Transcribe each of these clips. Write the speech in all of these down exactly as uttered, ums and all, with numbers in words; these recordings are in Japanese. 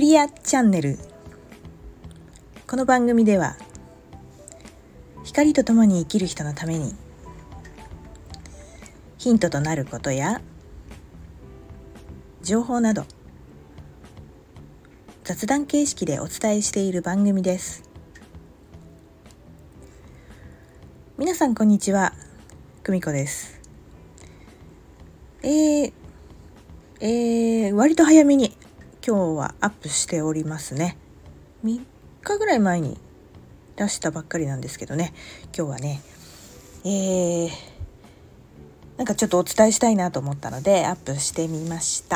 リアチャンネル。この番組では光とともに生きる人のためにヒントとなることや情報など雑談形式でお伝えしている番組です。皆さんこんにちは、久美子です。えー、えー、割と早めに今日はアップしておりますね。みっかぐらい前に出したばっかりなんですけどね、今日はね、えー、なんかちょっとお伝えしたいなと思ったのでアップしてみました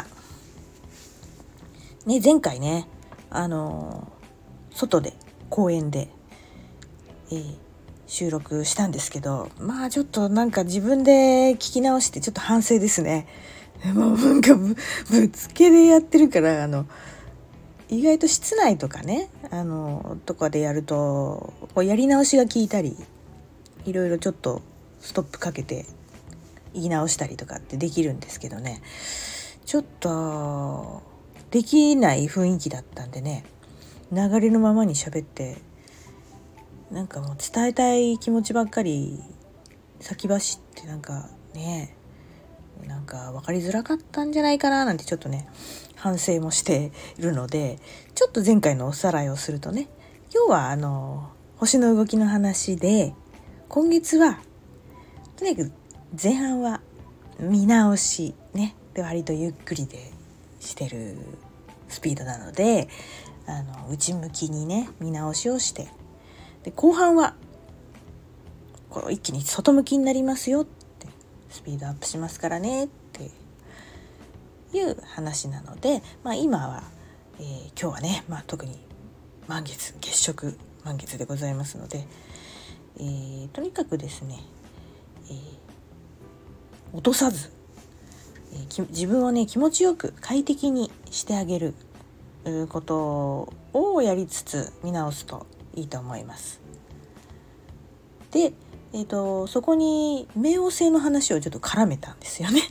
ね。前回ね、あのー、外で公園で、えー、収録したんですけど、まあちょっとなんか自分で聞き直してちょっと反省ですね。もうなんか ぶ, ぶつけでやってるから、あの意外と室内とかね、あのとかでやるとこうやり直しが効いたり、いろいろちょっとストップかけて言い直したりとかってできるんですけどね、ちょっとできない雰囲気だったんでね、流れのままに喋って、なんかもう伝えたい気持ちばっかり先走って、なんかね、なんか分かりづらかったんじゃないかななんてちょっとね反省もしているので、ちょっと前回のおさらいをするとね、今日はあの星の動きの話で、今月はとにかく前半は見直しねで割とゆっくりでしてるスピードなので、あの内向きにね見直しをして、で後半はこう一気に外向きになりますよって、スピードアップしますからねっていう話なので、まあ、今は、えー、今日はね、まあ、特に満月月食満月でございますので、えー、とにかくですね、えー、落とさず、えー、自分をね気持ちよく快適にしてあげることをやりつつ見直すといいと思います。で、えーと、そこに冥王星の話をちょっと絡めたんですよね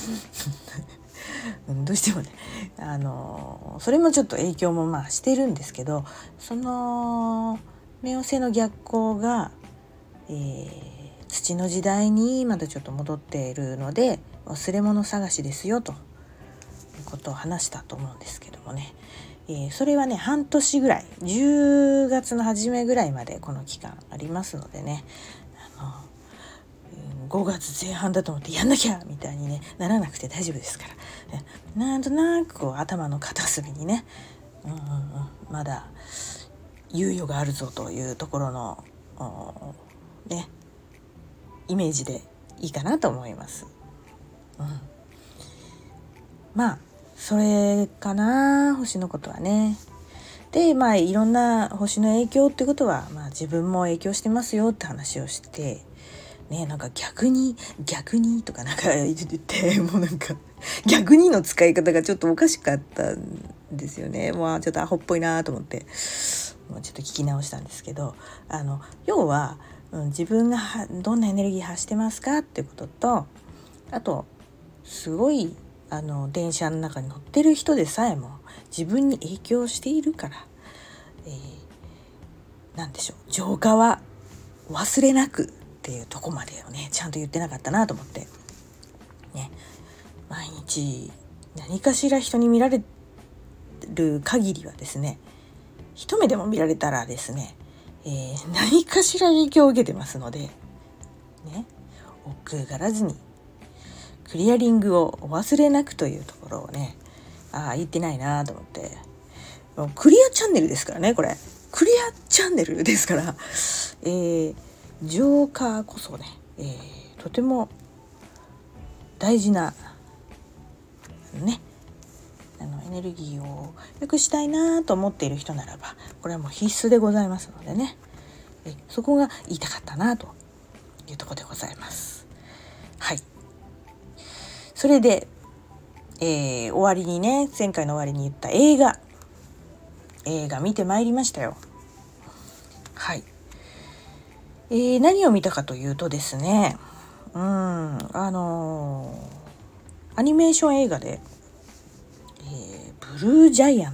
どうしてもね、あのそれもちょっと影響もまあしてるんですけど、その冥王星の逆行が、えー、土の時代にまだちょっと戻っているので、忘れ物探しですよということを話したと思うんですけどもね、えー、それはね半年ぐらい、じゅうがつの初めぐらいまでこの期間ありますのでね、あのごがつぜん半だと思ってやんなきゃみたいに、ね、ならなくて大丈夫ですから、ね、なんとなくこう頭の片隅にね、うんうんうん、まだ猶予があるぞというところの、ね、イメージでいいかなと思います、うん、まあそれかな、星のことはね。でまあいろんな星の影響ってことは、まあ、自分も影響してますよって話をしてね、なんか逆に逆にとかなんか言ってもうなんか逆にの使い方がちょっとおかしかったんですよね。まあちょっとアホっぽいなと思ってもうちょっと聞き直したんですけど、あの要は、うん、自分がどんなエネルギー発してますかってことと、あとすごいあの電車の中に乗ってる人でさえも自分に影響しているから、えー、なんでしょう、浄化は忘れなくっていうとこまでをねちゃんと言ってなかったなと思ってね、毎日何かしら人に見られる限りはですね、一目でも見られたらですね、えー、何かしら影響を受けてますのでね、億劫がらずにクリアリングをお忘れなくというところをね、ああ言ってないなと思って、クリアチャンネルですからね、これクリアチャンネルですから、えー、浄化こそね、えー、とても大事なね、あのエネルギーを良くしたいなと思っている人ならば、これはもう必須でございますのでね、えそこが言いたかったなというところでございます。はい。それで、えー、終わりにね、前回の終わりに言った映画映画見てまいりましたよ。はい、えー、何を見たかというとですね、うんあのー、アニメーション映画で、えー、ブルージャイアント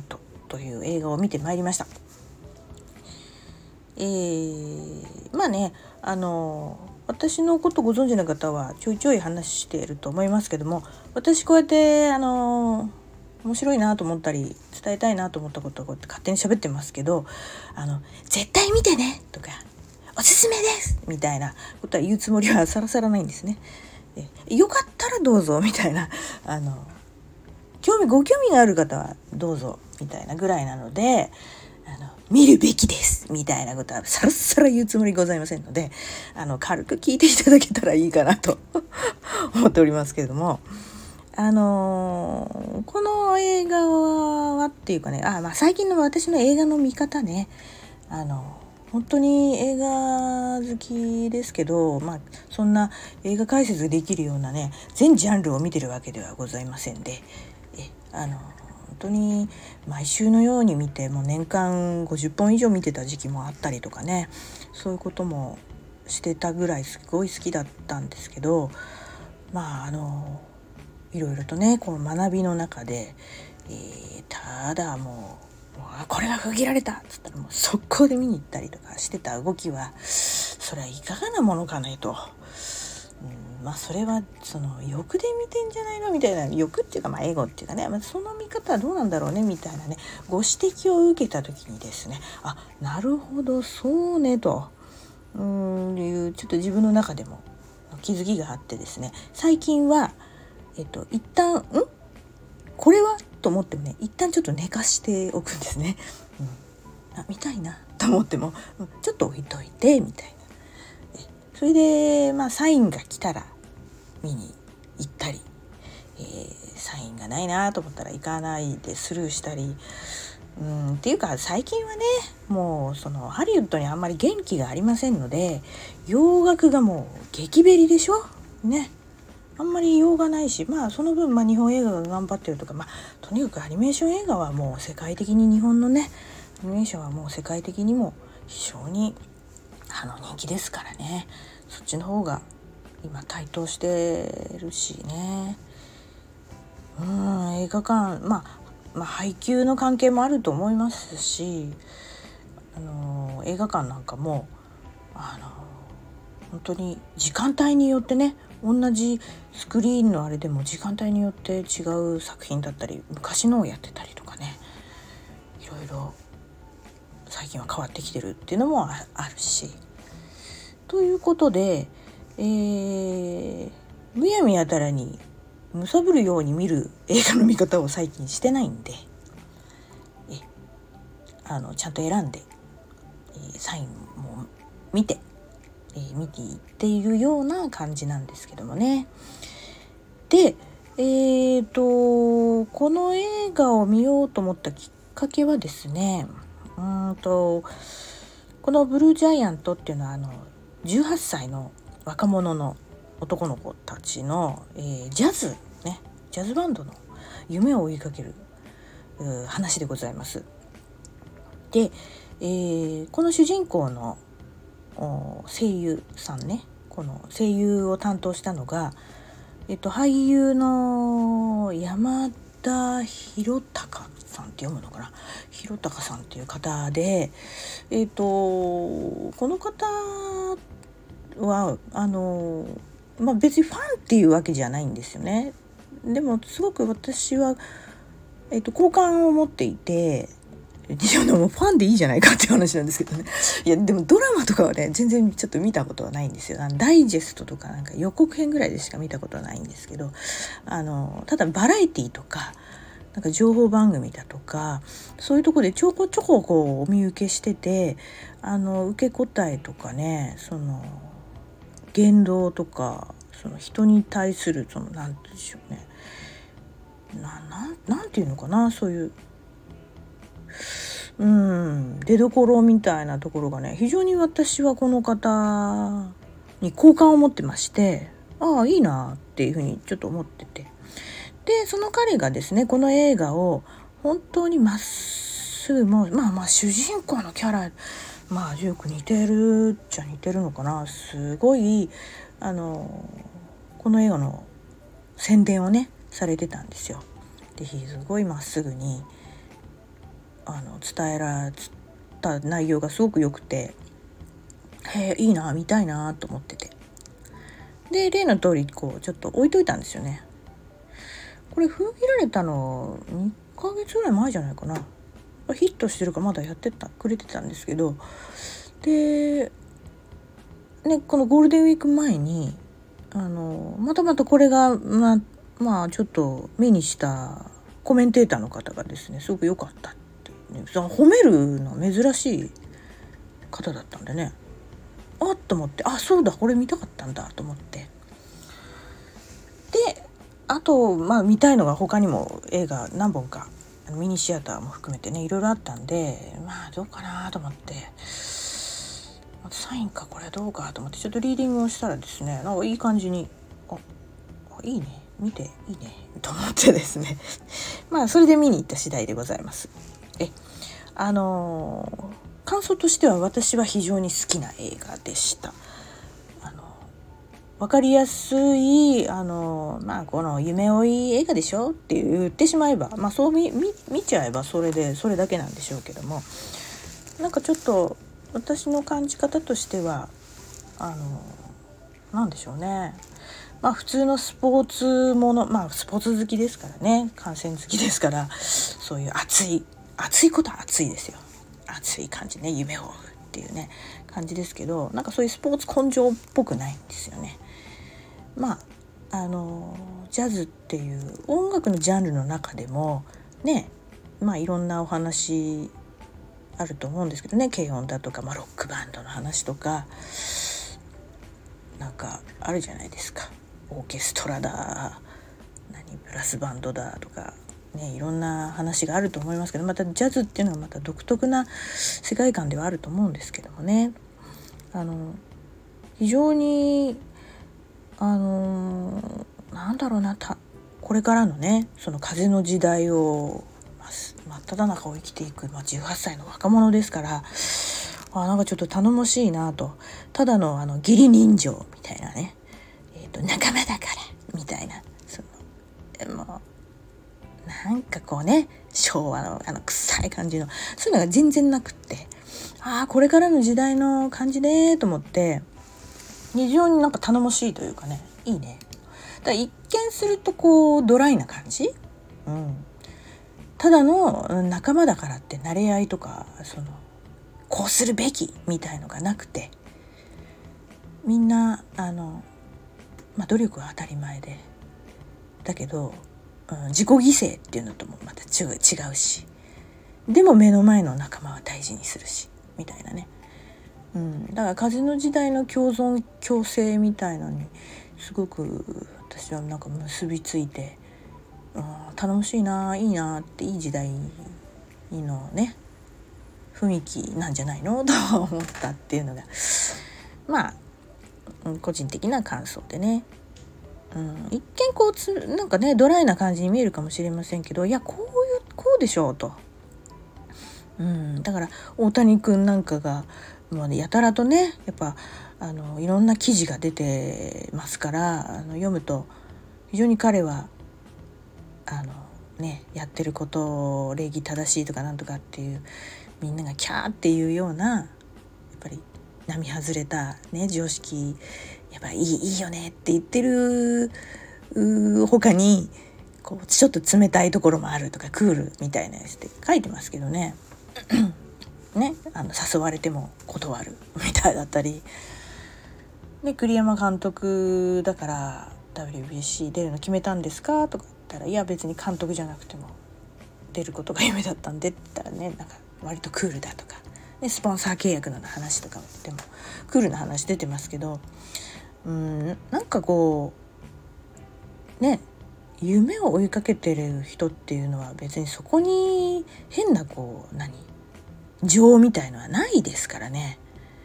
という映画を見てまいりました。えー、まあねあの私のことご存知の方はちょいちょい話していると思いますけども、私こうやってあの面白いなと思ったり伝えたいなと思ったことをこうやって勝手に喋ってますけど、あの絶対見てねとかおすすめですみたいなことは言うつもりはさらさらないんですね。でよかったらどうぞみたいな、あの興味ご興味がある方はどうぞみたいなぐらいなので、あの見るべきですみたいなことはさらさら言うつもりございませんので、あの軽く聞いていただけたらいいかなと思っておりますけれども、あのー、この映画はっていうかね、あ、まあ、最近の私の映画の見方ね、あの本当に映画好きですけど、まあ、そんな映画解説できるようなね全ジャンルを見てるわけではございませんで、えあの本当に毎週のように見て、もう年間ごじゅっぽん以上見てた時期もあったりとかね、そういうこともしてたぐらいすごい好きだったんですけど、まああのいろいろとねこの学びの中で、えー、ただもうあこれが区切られたっつったらもう速攻で見に行ったりとかしてた動きは、それはいかがなものかねと、うん、まあそれはその欲で見てんじゃないのみたいな、欲っていうかまあエゴっていうかね、まあ、その見方はどうなんだろうねみたいなねご指摘を受けた時にですね、あなるほどそうねとうんいうちょっと自分の中でも気づきがあってですね、最近はえっと一旦んこれはと思ってもね一旦ちょっと寝かしておくんですね、うん、あ見たいなと思っても、うん、ちょっと置いといてみたいな。それでまあサインが来たら見に行ったり、えー、サインがないなと思ったら行かないでスルーしたり、うんっていうか最近はねもうそのハリウッドにあんまり元気がありませんので、洋楽がもう激ベリでしょね。あんまり用がないし、まあその分、まあ、日本映画が頑張ってるとか、まあ、とにかくアニメーション映画はもう世界的に日本のねアニメーションはもう世界的にも非常にあの人気ですからね、そっちの方が今台頭してるしね、うん映画館、まあ、まあ配給の関係もあると思いますし、あの映画館なんかもあの本当に時間帯によってね同じスクリーンのあれでも時間帯によって違う作品だったり昔のをやってたりとかね、いろいろ最近は変わってきてるっていうのもあるし、ということで、えー、むやみやたらにむさぶるように見る映画の見方を最近してないんで、えあのちゃんと選んで、えー、サインも見てえー、見ていっているような感じなんですけどもね。で、えーとこの映画を見ようと思ったきっかけはですね、うーんとこのブルージャイアントっていうのはあのじゅうはっさいの若者の男の子たちの、えー、ジャズねジャズバンドの夢を追いかける話でございます。で、えー、この主人公の声優さんね、この声優を担当したのが、えっと、俳優の山田博隆さんって読むのかな、博隆さんっていう方で、えっと、この方はあの、まあ、別にファンっていうわけじゃないんですよね。でもすごく私は、えっと、好感を持っていて、いやでもファンでいいじゃないかっていう話なんですけどね。いやでもドラマとかはね全然ちょっと見たことはないんですよ。あのダイジェストとかなんか予告編ぐらいでしか見たことはないんですけど、あのただバラエティとかなんか情報番組だとかそういうところでちょこちょここうお見受けしてて、あの受け答えとかね、その言動とかその人に対するそのなんていうんでしょうね、ななんなんていうのかな、そういううん出どころみたいなところがね非常に私はこの方に好感を持ってまして、ああいいなっていうふうにちょっと思ってて、でその彼がですねこの映画を本当にまっすぐもうまあまあ主人公のキャラまあよく似てるっちゃ似てるのかな、すごいあのこの映画の宣伝をねされてたんですよ。ですごいまっすぐにあの伝えられた内容がすごく良くて、へえいいな見たいなと思ってて、で例の通りこうちょっと置いといたんですよね。これ封切られたのにかげつぐらい前じゃないかな。ヒットしてるからまだやってたくれてたんですけど、で、ね、このゴールデンウィーク前にあのまたまたこれがまあまあちょっと目にしたコメンテーターの方がですねすごく良かったって、ね、その褒めるの珍しい方だったんでね、あっと思って、あそうだこれ見たかったんだと思って、であとまあ見たいのが他にも映画何本かミニシアターも含めてねいろいろあったんで、まあどうかなと思って、サインかこれどうかと思ってちょっとリーディングをしたらですね、なんかいい感じに、あいいね見ていいねと思ってですねまあそれで見に行った次第でございます。えあのー、感想としては私は非常に好きな映画でした。あの分かりやすいあのまあこの夢追い映画でしょって言ってしまえば、まあそう 見, 見, 見ちゃえばそれでそれだけなんでしょうけども、なんかちょっと私の感じ方としてはあのなんでしょうね、まあ普通のスポーツもの、まあスポーツ好きですからね、観戦好きですから、そういう熱い熱いことは熱いですよ、熱い感じね、夢を追うっていうね感じですけど、なんかそういうスポーツ根性っぽくないんですよね。まああのジャズっていう音楽のジャンルの中でもね、まあいろんなお話あると思うんですけどね、軽音だとか、まあ、ロックバンドの話とかなんかあるじゃないですか、オーケストラだ何ブラスバンドだとかね、いろんな話があると思いますけど、またジャズっていうのはまた独特な世界観ではあると思うんですけどもね、あの非常にあのなんだろうなたこれからのねその風の時代を真っ只中を生きていく、まあ、じゅうはっさいの若者ですから、あなんかちょっと頼もしいなと、ただのあの義理人情みたいなね、えーと、仲間だからみたいな、そのもうなんかこうね昭和のあの臭い感じのそういうのが全然なくって、ああこれからの時代の感じねと思って、非常になんか頼もしいというかね、いいね。だから一見するとこうドライな感じ、うん、ただの仲間だからって馴れ合いとかそのこうするべきみたいのがなくて、みんなあの、まあ、努力は当たり前でだけど、うん、自己犠牲っていうのともまた違う、違うし、でも目の前の仲間は大事にするしみたいなね、うん、だから風の時代の共存共生みたいなのにすごく私はなんか結びついて、うん、頼もしいないいなっていい時代のね雰囲気なんじゃないのと思ったっていうのがまあ個人的な感想でね、うん、一見こうつなんかねドライな感じに見えるかもしれませんけど、いやこういうこうでしょうと、うん、だから大谷君なんかがもう、ね、やたらとねやっぱあのいろんな記事が出てますから、あの読むと非常に彼はあのねやってることを礼儀正しいとかなんとかっていうみんながキャーっていうようなやっぱり並外れたね常識やっぱいいいいよねって言ってる他にこうちょっと冷たいところもあるとかクールみたいなやつって書いてますけどねね、あの誘われても断るみたいだったりで、栗山監督だから ダブリュービーシー 出るの決めたんですかとか言ったら、いや別に監督じゃなくても出ることが夢だったんでって言ったらね、なんか割とクールだとか、ね、スポンサー契約の話とかでもクールな話出てますけど、うーんなんかこうね夢を追いかけてる人っていうのは別にそこに変なこう何情みたいのはないですからね。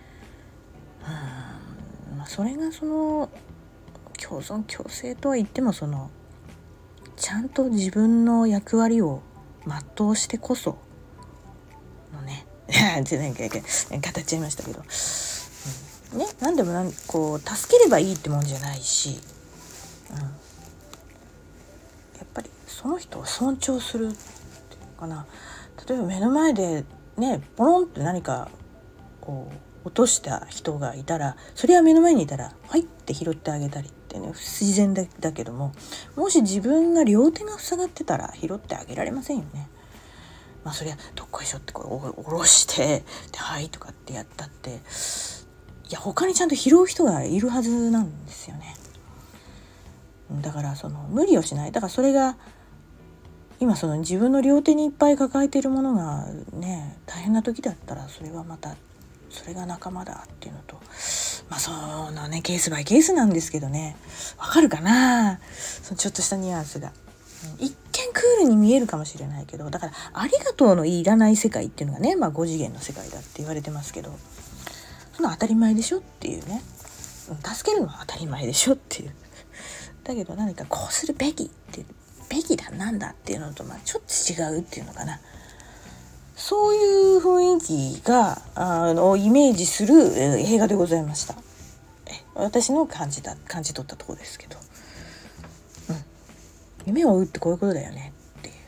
うん、まあ、それがその共存共生とは言ってもそのちゃんと自分の役割を全うしてこそのねってなんか語っちゃいましたけど、うん、ね何でもなんこう助ければいいってもんじゃないし、うん、やっぱりその人を尊重するっていうのかな。 例えば目の前でねポロンって何かこう落とした人がいたら、それは目の前にいたらはいって拾ってあげたりってね、不自然 だ, だけども、もし自分が両手が塞がってたら拾ってあげられませんよね。まあそりゃどっこいしょってこう下ろしてではいとかってやったって、いや他にちゃんと拾う人がいるはずなんですよね。だからその無理をしない。だからそれが今その自分の両手にいっぱい抱えているものがね大変な時だったら、それはまたそれが仲間だっていうのと、まあそのねケースバイケースなんですけどね、わかるかな、そのちょっとしたニュアンスが一見クールに見えるかもしれないけど、だからありがとうのいらない世界っていうのがね、まあご次元の世界だって言われてますけど、その当たり前でしょっていうね、助けるのは当たり前でしょっていう、だけど何かこうするべきってべきだなんだっていうのとまあちょっと違うっていうのかな、そういう雰囲気があのイメージする映画でございました。え私の感じた感じ取ったところですけど、うん、夢を追うってこういうことだよねっていう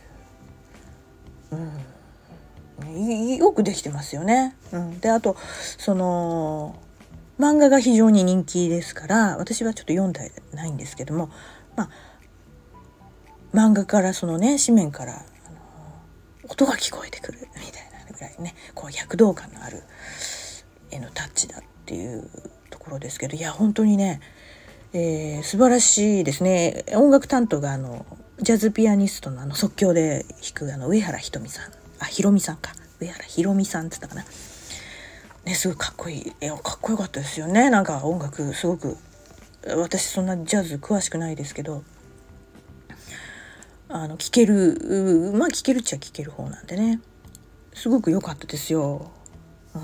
、うん、よくできてますよね。うん、であとその漫画が非常に人気ですから、私はちょっと読んでないんですけども、まあ漫画からそのね紙面からあの音が聞こえてくるみたいなぐらいね、こう躍動感のある絵のタッチだっていうところですけど、いや本当にね、えー、素晴らしいですね。音楽担当があのジャズピアニストのあの即興で弾くあの上原ひとみさん、あひろみさんか上原ひろみさんって言ったかなね、すごいかっこいい、えかっこよかったですよね。なんか音楽すごく、私そんなジャズ詳しくないですけど、あの聴ける、まあ聴けるっちゃ聴ける方なんでね、すごく良かったですよ。うん、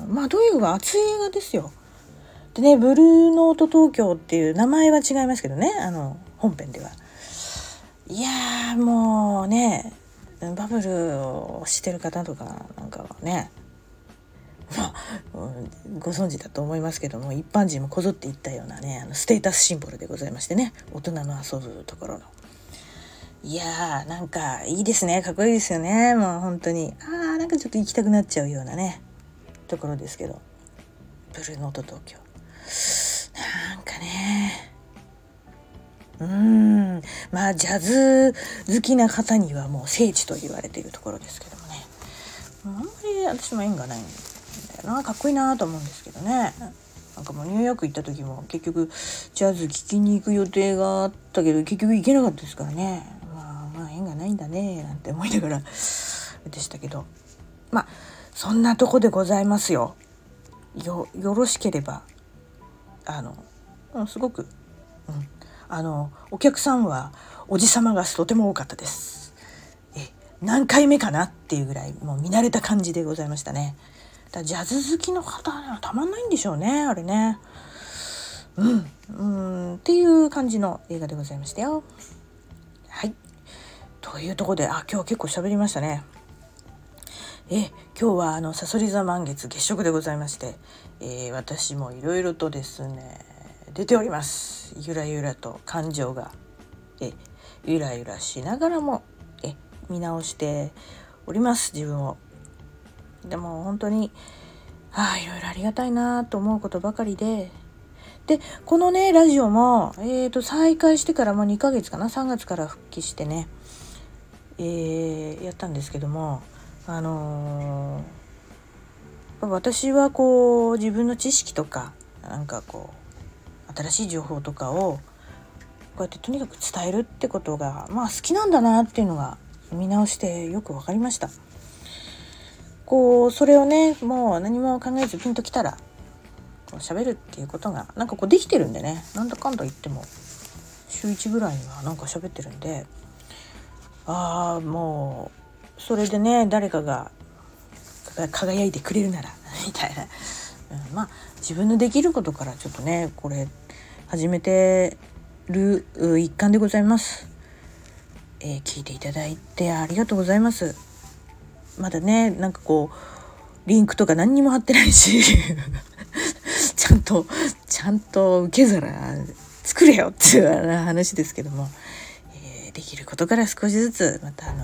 まあとにかく熱い映画ですよ。でね、ブルーノート東京っていう名前は違いますけどね、あの本編では。いやーもうね、バブルをしてる方とかなんかはね、まあ、うん、ご存知だと思いますけども、一般人もこぞっていったようなね、あのステータスシンボルでございましてね、大人の遊ぶところの。いやーなんかいいですね、かっこいいですよね。もう本当にあーなんかちょっと行きたくなっちゃうようなねところですけど、ブルーノート東京なんかね、うーんまあジャズ好きな方にはもう聖地と言われているところですけどもね、あんまり私も縁がないんだよな。かっこいいなと思うんですけどね。なんかもうニューヨーク行った時も結局ジャズ聴きに行く予定があったけど結局行けなかったですからね。まあまあ縁がないんだねなんて思いながらでしたけど、まあそんなとこでございますよ。よよろしければあの、うん、すごく、うん、あのお客さんはおじさまがとても多かったです。え何回目かなっていうぐらいもう見慣れた感じでございましたね。だジャズ好きの方はたまんないんでしょうねあれね。うん、うんっていう感じの映画でございましたよ。はい、というところで、あ今日結構喋りましたね。え今日はあのさそり座満月月食でございまして、えー、私もいろいろとですね出ております。ゆらゆらと感情がえゆらゆらしながらもえ見直しております自分を。でも本当にああいろいろありがたいなと思うことばかりで、でこのねラジオも、えー、と再開してからもうにかげつかな、さんがつから復帰してね、えー、やったんですけども、あのー、私はこう自分の知識とかなんかこう新しい情報とかをこうやってとにかく伝えるってことがまあ好きなんだなっていうのが見直してよく分かりました。こうそれをねもう何も考えずピンときたらこう喋るっていうことがなんかこうできてるんでね、なんだかんだ言っても週いちぐらいにはなんか喋ってるんで、ああもうそれでね誰かが輝いてくれるならみたいな、うん、まあ自分のできることからちょっとねこれ始めてる一環でございます。えー、聞いていただいてありがとうございます。まだねなんかこうリンクとか何にも貼ってないしちゃんとちゃんと受け皿作れよっていう話ですけども、えー、できることから少しずつまたあの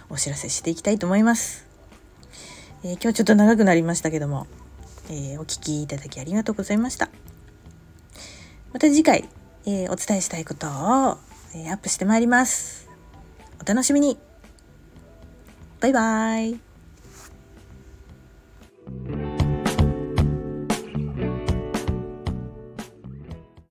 お知らせしていきたいと思います。えー、今日ちょっと長くなりましたけども、えー、お聞きいただきありがとうございました。また次回、えー、お伝えしたいことを、えー、アップしてまいります。お楽しみに。バイバイ。